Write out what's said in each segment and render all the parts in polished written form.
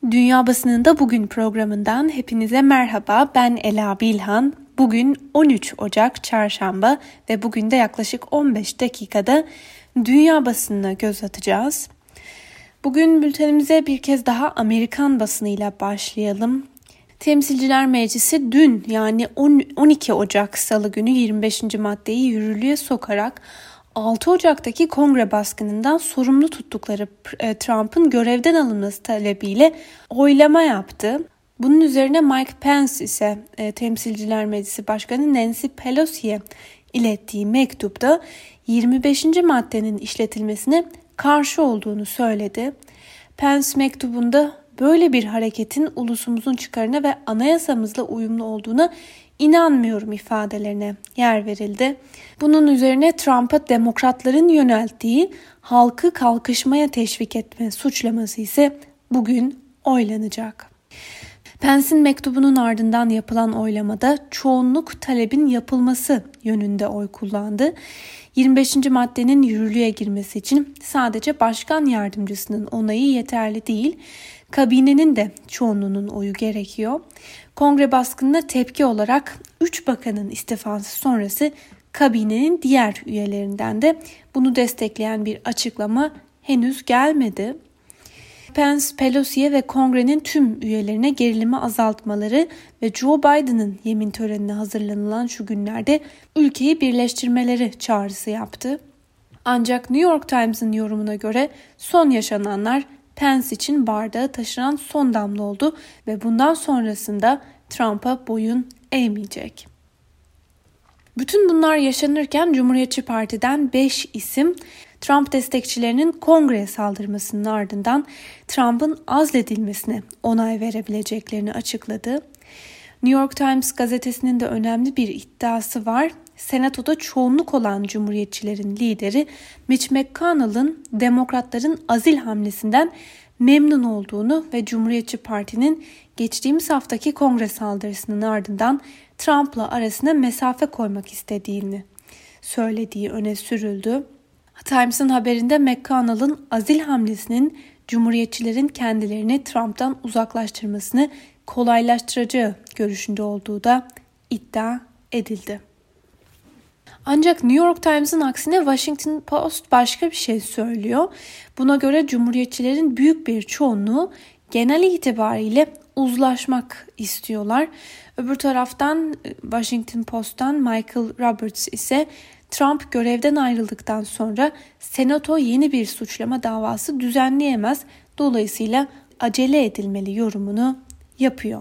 Dünya Basınında Bugün programından hepinize merhaba. Ben Ela Bilhan. Bugün 13 Ocak Çarşamba ve bugün de yaklaşık 15 dakikada dünya basınına göz atacağız. Bugün bültenimize bir kez daha Amerikan basınıyla başlayalım. Temsilciler Meclisi dün yani 12 Ocak Salı günü 25. maddeyi yürürlüğe sokarak 6 Ocak'taki kongre baskınından sorumlu tuttukları Trump'ın görevden alınması talebiyle oylama yaptı. Bunun üzerine Mike Pence ise Temsilciler Meclisi Başkanı Nancy Pelosi'ye ilettiği mektupta 25. maddenin işletilmesine karşı olduğunu söyledi. Pence mektubunda böyle bir hareketin ulusumuzun çıkarına ve anayasamızla uyumlu olduğuna İnanmıyorum ifadelerine yer verildi. Bunun üzerine Trump'a demokratların yönelttiği halkı kalkışmaya teşvik etme suçlaması ise bugün oylanacak. Pence'in mektubunun ardından yapılan oylamada çoğunluk talebin yapılması yönünde oy kullandı. 25. maddenin yürürlüğe girmesi için sadece başkan yardımcısının onayı yeterli değil, kabinenin de çoğunluğunun oyu gerekiyor. Kongre baskınına tepki olarak 3 bakanın istifası sonrası kabinenin diğer üyelerinden de bunu destekleyen bir açıklama henüz gelmedi. Pence, Pelosi'ye ve kongrenin tüm üyelerine gerilimi azaltmaları ve Joe Biden'ın yemin törenine hazırlanılan şu günlerde ülkeyi birleştirmeleri çağrısı yaptı. Ancak New York Times'ın yorumuna göre son yaşananlar Pence için bardağı taşıran son damla oldu ve bundan sonrasında Trump'a boyun eğmeyecek. Bütün bunlar yaşanırken Cumhuriyetçi Parti'den 5 isim Trump destekçilerinin kongreye saldırmasının ardından Trump'ın azledilmesine onay verebileceklerini açıkladı. New York Times gazetesinin de önemli bir iddiası var. Senatoda çoğunluk olan Cumhuriyetçilerin lideri Mitch McConnell'ın Demokratların azil hamlesinden memnun olduğunu ve Cumhuriyetçi Parti'nin geçtiğimiz haftaki kongre saldırısının ardından Trump'la arasına mesafe koymak istediğini söylediği öne sürüldü. Times'ın haberinde McConnell'ın azil hamlesinin Cumhuriyetçilerin kendilerini Trump'tan uzaklaştırmasını kolaylaştıracağı görüşünde olduğu da iddia edildi. Ancak New York Times'ın aksine Washington Post başka bir şey söylüyor. Buna göre Cumhuriyetçilerin büyük bir çoğunluğu genel itibariyle uzlaşmak istiyorlar. Öbür taraftan Washington Post'tan Michael Roberts ise Trump görevden ayrıldıktan sonra Senato yeni bir suçlama davası düzenleyemez, dolayısıyla acele edilmeli yorumunu yapıyor.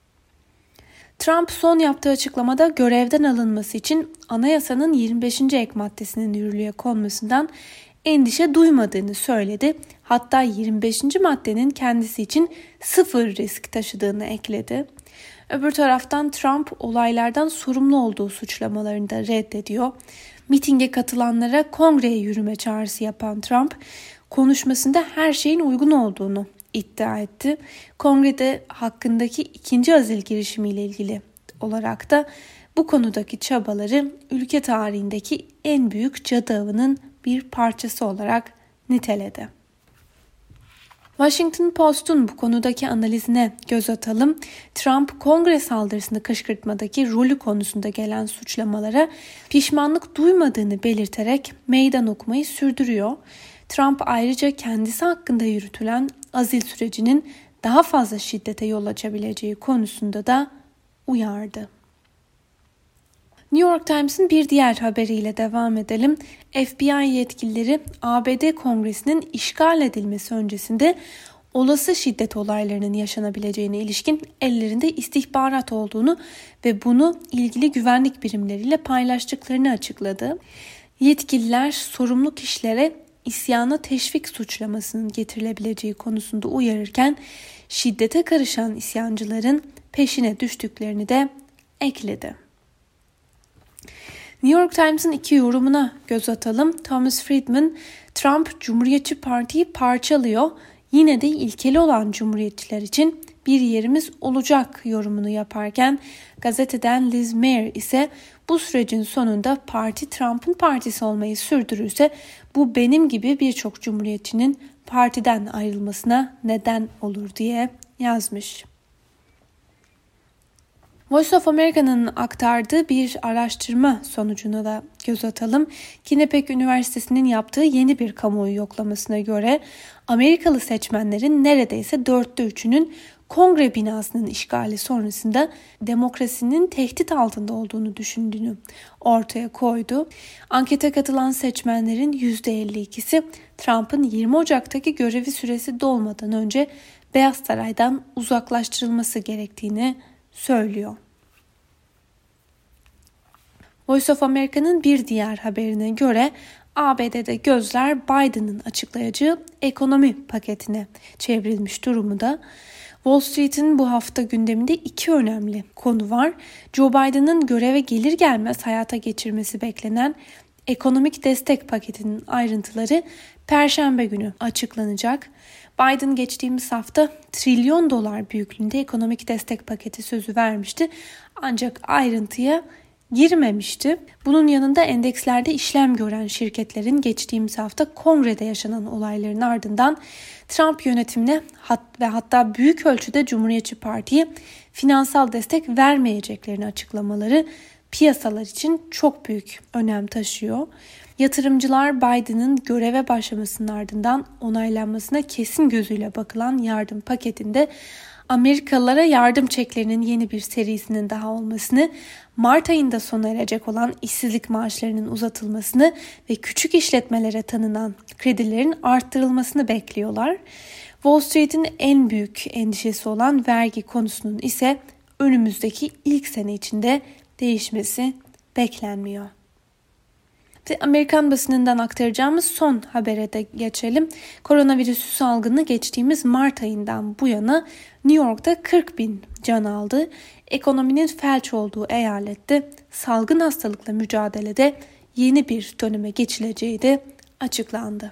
Trump son yaptığı açıklamada görevden alınması için anayasanın 25. ek maddesinin yürürlüğe konmasından endişe duymadığını söyledi. Hatta 25. maddenin kendisi için sıfır risk taşıdığını ekledi. Öbür taraftan Trump olaylardan sorumlu olduğu suçlamalarını da reddediyor. Mitinge katılanlara kongreye yürüme çağrısı yapan Trump, konuşmasında her şeyin uygun olduğunu iddia etti. Kongrede hakkındaki ikinci azil girişimiyle ilgili olarak da bu konudaki çabaları ülke tarihindeki en büyük cadı avının bir parçası olarak niteledi. Washington Post'un bu konudaki analizine göz atalım. Trump kongre saldırısını kışkırtmadaki rolü konusunda gelen suçlamalara pişmanlık duymadığını belirterek meydan okumayı sürdürüyor. Trump ayrıca kendisi hakkında yürütülen azil sürecinin daha fazla şiddete yol açabileceği konusunda da uyardı. New York Times'ın bir diğer haberiyle devam edelim. FBI yetkilileri ABD Kongresi'nin işgal edilmesi öncesinde olası şiddet olaylarının yaşanabileceğine ilişkin ellerinde istihbarat olduğunu ve bunu ilgili güvenlik birimleriyle paylaştıklarını açıkladı. Yetkililer sorumlu kişilere isyana teşvik suçlamasının getirilebileceği konusunda uyarırken şiddete karışan isyancıların peşine düştüklerini de ekledi. New York Times'ın iki yorumuna göz atalım. Thomas Friedman, Trump Cumhuriyetçi Parti'yi parçalıyor, yine de ilkeli olan Cumhuriyetçiler için bir yerimiz olacak yorumunu yaparken gazeteden Liz Mayer ise bu sürecin sonunda parti Trump'ın partisi olmayı sürdürürse bu benim gibi birçok Cumhuriyetçinin partiden ayrılmasına neden olur diye yazmış. Voice of America'nın aktardığı bir araştırma sonucuna da göz atalım. Quinnipiac Üniversitesi'nin yaptığı yeni bir kamuoyu yoklamasına göre Amerikalı seçmenlerin neredeyse 3/4'ünün Kongre binasının işgali sonrasında demokrasinin tehdit altında olduğunu düşündüğünü ortaya koydu. Ankete katılan seçmenlerin %52'si Trump'ın 20 Ocak'taki görevi süresi dolmadan önce Beyaz Saray'dan uzaklaştırılması gerektiğini söylüyor. Voice of America'nın bir diğer haberine göre ABD'de gözler Biden'ın açıklayacağı ekonomi paketine çevrilmiş durumda. Wall Street'in bu hafta gündeminde 2 önemli konu var. Joe Biden'ın göreve gelir gelmez hayata geçirmesi beklenen ekonomik destek paketinin ayrıntıları Perşembe günü açıklanacak. Biden geçtiğimiz hafta $1 trilyon büyüklüğünde ekonomik destek paketi sözü vermişti. Ancak ayrıntıya girmemişti. Bunun yanında endekslerde işlem gören şirketlerin geçtiğimiz hafta Kongre'de yaşanan olayların ardından Trump yönetimine ve hatta büyük ölçüde Cumhuriyetçi Parti'ye finansal destek vermeyeceklerini açıklamaları piyasalar için çok büyük önem taşıyor. Yatırımcılar Biden'ın göreve başlamasının ardından onaylanmasına kesin gözüyle bakılan yardım paketinde Amerikalılara yardım çeklerinin yeni bir serisinin daha olmasını, Mart ayında sona erecek olan işsizlik maaşlarının uzatılmasını ve küçük işletmelere tanınan kredilerin arttırılmasını bekliyorlar. Wall Street'in en büyük endişesi olan vergi konusunun ise önümüzdeki ilk sene içinde değişmesi beklenmiyor. Amerikan basınından aktaracağımız son habere de geçelim. Koronavirüsü salgını geçtiğimiz Mart ayından bu yana New York'ta 40.000 can aldı. Ekonominin felç olduğu eyalette salgın hastalıkla mücadelede yeni bir döneme geçileceği de açıklandı.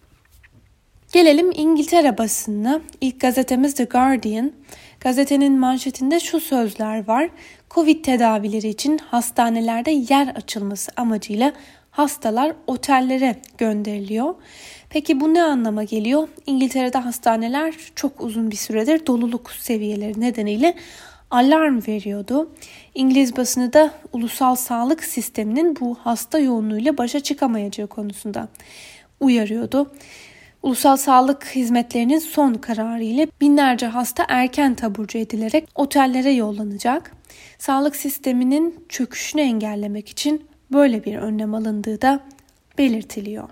Gelelim İngiltere basınına. İlk gazetemiz The Guardian. Gazetenin manşetinde şu sözler var. Covid tedavileri için hastanelerde yer açılması amacıyla hastalar otellere gönderiliyor. Peki bu ne anlama geliyor? İngiltere'de hastaneler çok uzun bir süredir doluluk seviyeleri nedeniyle alarm veriyordu. İngiliz basını da ulusal sağlık sisteminin bu hasta yoğunluğuyla başa çıkamayacağı konusunda uyarıyordu. Ulusal sağlık hizmetlerinin son kararı ile binlerce hasta erken taburcu edilerek otellere yollanacak. Sağlık sisteminin çöküşünü engellemek için böyle bir önlem alındığı da belirtiliyor.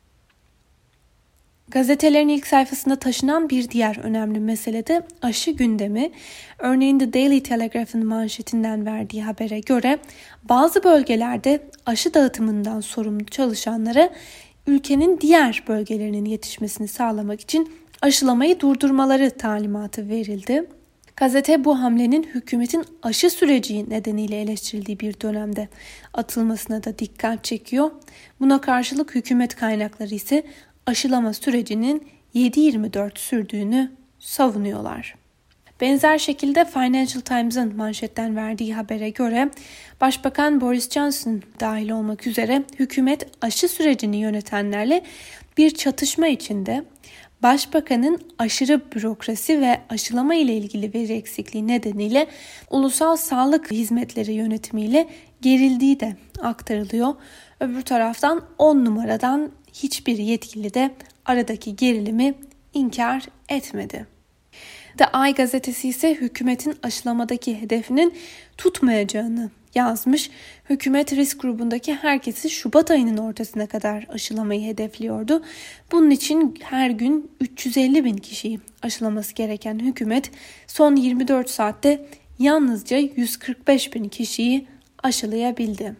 Gazetelerin ilk sayfasında taşınan bir diğer önemli mesele de aşı gündemi. Örneğin The Daily Telegraph'ın manşetinden verdiği habere göre bazı bölgelerde aşı dağıtımından sorumlu çalışanlara ülkenin diğer bölgelerinin yetişmesini sağlamak için aşılamayı durdurmaları talimatı verildi. Gazete bu hamlenin hükümetin aşı süreci nedeniyle eleştirildiği bir dönemde atılmasına da dikkat çekiyor. Buna karşılık hükümet kaynakları ise aşılama sürecinin 7/24 sürdüğünü savunuyorlar. Benzer şekilde Financial Times'ın manşetten verdiği habere göre Başbakan Boris Johnson dahil olmak üzere hükümet aşı sürecini yönetenlerle bir çatışma içinde. Başbakanın aşırı bürokrasi ve aşılama ile ilgili veri eksikliği nedeniyle ulusal sağlık hizmetleri yönetimiyle gerildiği de aktarılıyor. Öbür taraftan 10 numaradan hiçbir yetkili de aradaki gerilimi inkar etmedi. The Eye gazetesi ise hükümetin aşılamadaki hedefinin tutmayacağını yazmış. Hükümet risk grubundaki herkesi Şubat ayının ortasına kadar aşılamayı hedefliyordu. Bunun için her gün 350.000 kişiyi aşılaması gereken hükümet son 24 saatte yalnızca 145.000 kişiyi aşılayabildi.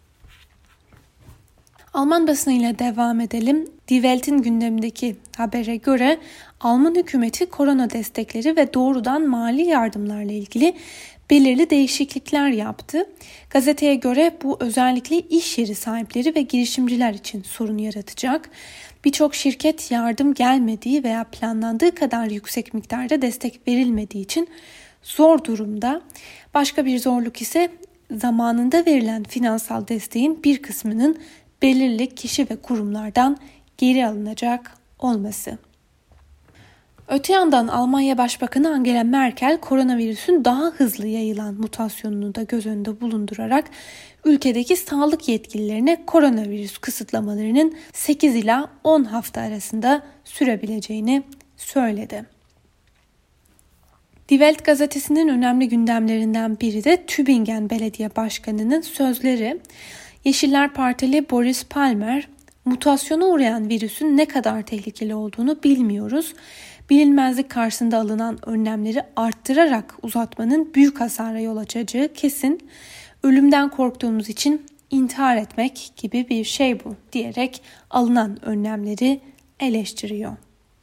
Alman basınıyla devam edelim. Die Welt'in gündemindeki habere göre Alman hükümeti korona destekleri ve doğrudan mali yardımlarla ilgili belirli değişiklikler yaptı. Gazeteye göre bu özellikle iş yeri sahipleri ve girişimciler için sorun yaratacak. Birçok şirket yardım gelmediği veya planlandığı kadar yüksek miktarda destek verilmediği için zor durumda. Başka bir zorluk ise zamanında verilen finansal desteğin bir kısmının belirli kişi ve kurumlardan geri alınacak olması. Öte yandan Almanya Başbakanı Angela Merkel koronavirüsün daha hızlı yayılan mutasyonunu da göz önünde bulundurarak ülkedeki sağlık yetkililerine koronavirüs kısıtlamalarının 8 ila 10 hafta arasında sürebileceğini söyledi. Die Welt gazetesinin önemli gündemlerinden biri de Tübingen Belediye Başkanı'nın sözleri. Yeşiller Partili Boris Palmer, mutasyona uğrayan virüsün ne kadar tehlikeli olduğunu bilmiyoruz. Bilinmezlik karşısında alınan önlemleri arttırarak uzatmanın büyük hasara yol açacağı kesin. Ölümden korktuğumuz için intihar etmek gibi bir şey bu diyerek alınan önlemleri eleştiriyor.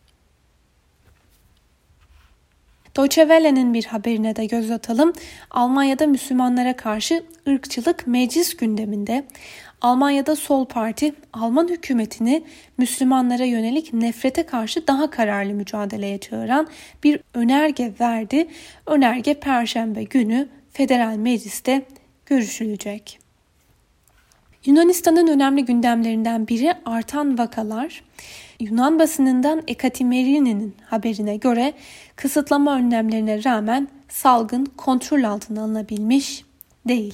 Deutsche Welle'nin bir haberine de göz atalım. Almanya'da Müslümanlara karşı ırkçılık meclis gündeminde. Almanya'da Sol Parti, Alman hükümetini Müslümanlara yönelik nefrete karşı daha kararlı mücadeleye çağıran bir önerge verdi. Önerge Perşembe günü Federal Meclis'te görüşülecek. Yunanistan'ın önemli gündemlerinden biri artan vakalar. Yunan basınından Ekaterimini'nin haberine göre kısıtlama önlemlerine rağmen salgın kontrol altına alınabilmiş değil.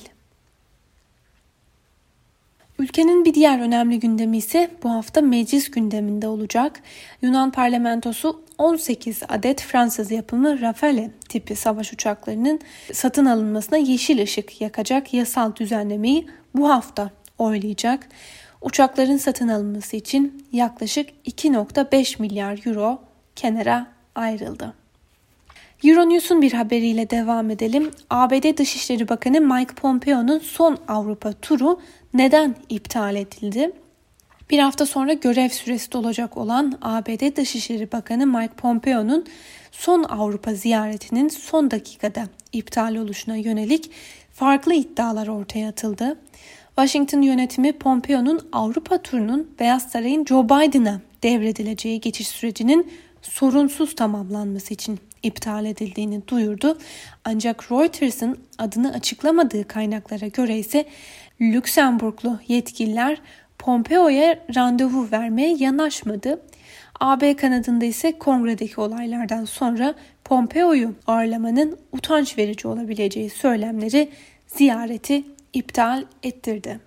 Ülkenin bir diğer önemli gündemi ise bu hafta meclis gündeminde olacak. Yunan parlamentosu 18 adet Fransız yapımı Rafale tipi savaş uçaklarının satın alınmasına yeşil ışık yakacak yasal düzenlemeyi bu hafta oylayacak. Uçakların satın alınması için yaklaşık 2,5 milyar euro kenara ayrıldı. Euronews'un bir haberiyle devam edelim. ABD Dışişleri Bakanı Mike Pompeo'nun son Avrupa turu neden iptal edildi? Bir hafta sonra görev süresi dolacak olan ABD Dışişleri Bakanı Mike Pompeo'nun son Avrupa ziyaretinin son dakikada iptal oluşuna yönelik farklı iddialar ortaya atıldı. Washington yönetimi Pompeo'nun Avrupa turunun Beyaz Saray'ın Joe Biden'a devredileceği geçiş sürecinin sorunsuz tamamlanması için iptal edildiğini duyurdu. Ancak Reuters'ın adını açıklamadığı kaynaklara göre ise Lüksemburglu yetkililer Pompeo'ya randevu vermeye yanaşmadı. AB kanadında ise kongredeki olaylardan sonra Pompeo'yu ağırlamanın utanç verici olabileceği söylemleri ziyareti iptal ettirdi.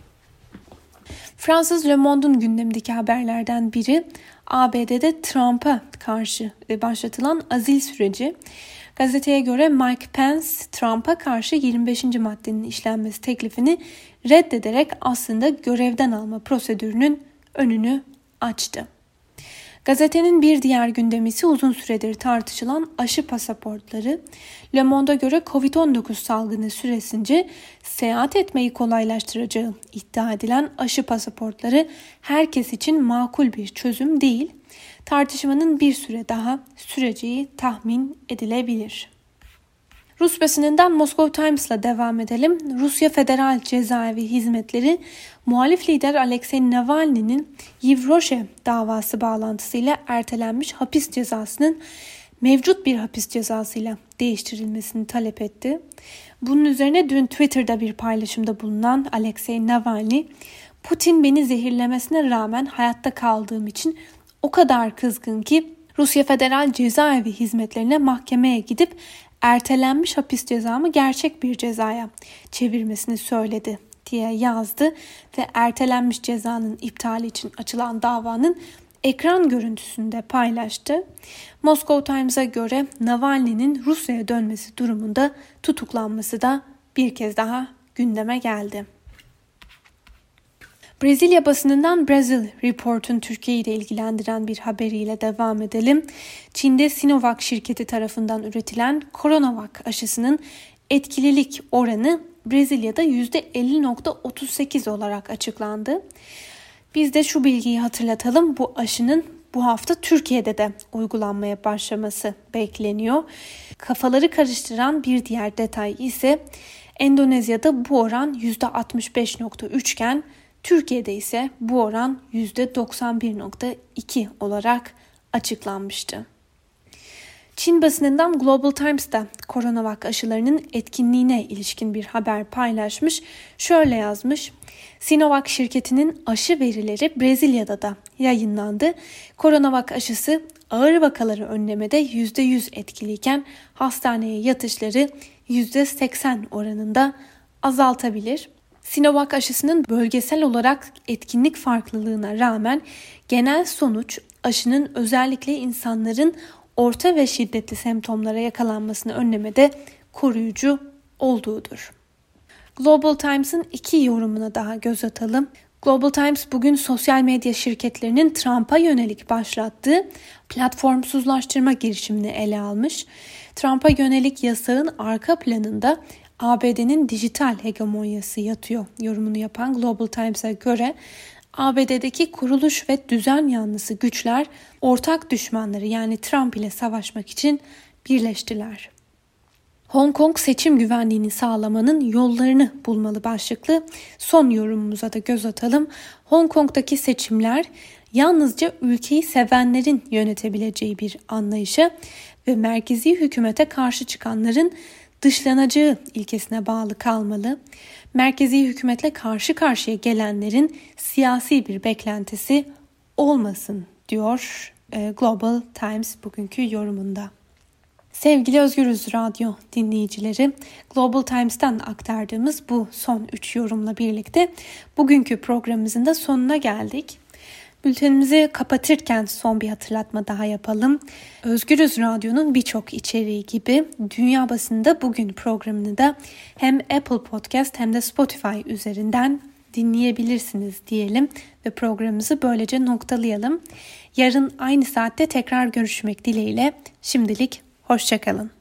Fransız Le Monde'un gündemindeki haberlerden biri ABD'de Trump'a karşı başlatılan azil süreci. Gazeteye göre Mike Pence, Trump'a karşı 25. maddenin işlenmesi teklifini reddederek aslında görevden alma prosedürünün önünü açtı. Gazetenin bir diğer gündemi ise uzun süredir tartışılan aşı pasaportları. Le Monde'a göre Covid-19 salgını süresince seyahat etmeyi kolaylaştıracağı iddia edilen aşı pasaportları herkes için makul bir çözüm değil. Tartışmanın bir süre daha süreceği tahmin edilebilir. Rus basınından Moscow Times'la devam edelim. Rusya Federal Cezaevi Hizmetleri, muhalif lider Alexei Navalny'nin Yevroşe davası bağlantısıyla ertelenmiş hapis cezasının mevcut bir hapis cezasıyla değiştirilmesini talep etti. Bunun üzerine dün Twitter'da bir paylaşımda bulunan Alexei Navalny, Putin beni zehirlemesine rağmen hayatta kaldığım için o kadar kızgın ki Rusya Federal Cezaevi Hizmetlerine mahkemeye gidip ertelenmiş hapis cezamı gerçek bir cezaya çevirmesini söyledi diye yazdı ve ertelenmiş cezanın iptali için açılan davanın ekran görüntüsünü de paylaştı. Moscow Times'a göre Navalny'nin Rusya'ya dönmesi durumunda tutuklanması da bir kez daha gündeme geldi. Brezilya basınından Brazil Report'un Türkiye'yi de ilgilendiren bir haberiyle devam edelim. Çin'de Sinovac şirketi tarafından üretilen Coronavac aşısının etkililik oranı Brezilya'da %50,38 olarak açıklandı. Biz de şu bilgiyi hatırlatalım. Bu aşının bu hafta Türkiye'de de uygulanmaya başlaması bekleniyor. Kafaları karıştıran bir diğer detay ise Endonezya'da bu oran %65,3 iken Türkiye'de ise bu oran %91,2 olarak açıklanmıştı. Çin basınından Global Times da Coronavac aşılarının etkinliğine ilişkin bir haber paylaşmış. Şöyle yazmış: Sinovac şirketinin aşı verileri Brezilya'da da yayınlandı. Coronavac aşısı ağır vakaları önlemede %100 etkiliyken hastaneye yatışları %80 oranında azaltabilir. Sinovac aşısının bölgesel olarak etkinlik farklılığına rağmen genel sonuç aşının özellikle insanların orta ve şiddetli semptomlara yakalanmasını önlemede koruyucu olduğudur. Global Times'ın 2 yorumuna daha göz atalım. Global Times bugün sosyal medya şirketlerinin Trump'a yönelik başlattığı platformsuzlaştırma girişimini ele almış. Trump'a yönelik yasağın arka planında ABD'nin dijital hegemonyası yatıyor yorumunu yapan Global Times'a göre ABD'deki kuruluş ve düzen yanlısı güçler ortak düşmanları yani Trump ile savaşmak için birleştiler. Hong Kong seçim güvenliğini sağlamanın yollarını bulmalı başlıklı son yorumumuza da göz atalım. Hong Kong'daki seçimler yalnızca ülkeyi sevenlerin yönetebileceği bir anlayışa ve merkezi hükümete karşı çıkanların dışlanacağı ilkesine bağlı kalmalı. Merkezi hükümetle karşı karşıya gelenlerin siyasi bir beklentisi olmasın diyor Global Times bugünkü yorumunda. Sevgili Özgürüz Radyo dinleyicileri, Global Times'tan aktardığımız bu son 3 yorumla birlikte bugünkü programımızın da sonuna geldik. Bültenimizi kapatırken son bir hatırlatma daha yapalım. Özgürüz Radyo'nun birçok içeriği gibi Dünya Basınında Bugün programını da hem Apple Podcast hem de Spotify üzerinden dinleyebilirsiniz diyelim ve programımızı böylece noktalayalım. Yarın aynı saatte tekrar görüşmek dileğiyle. Şimdilik hoşça kalın.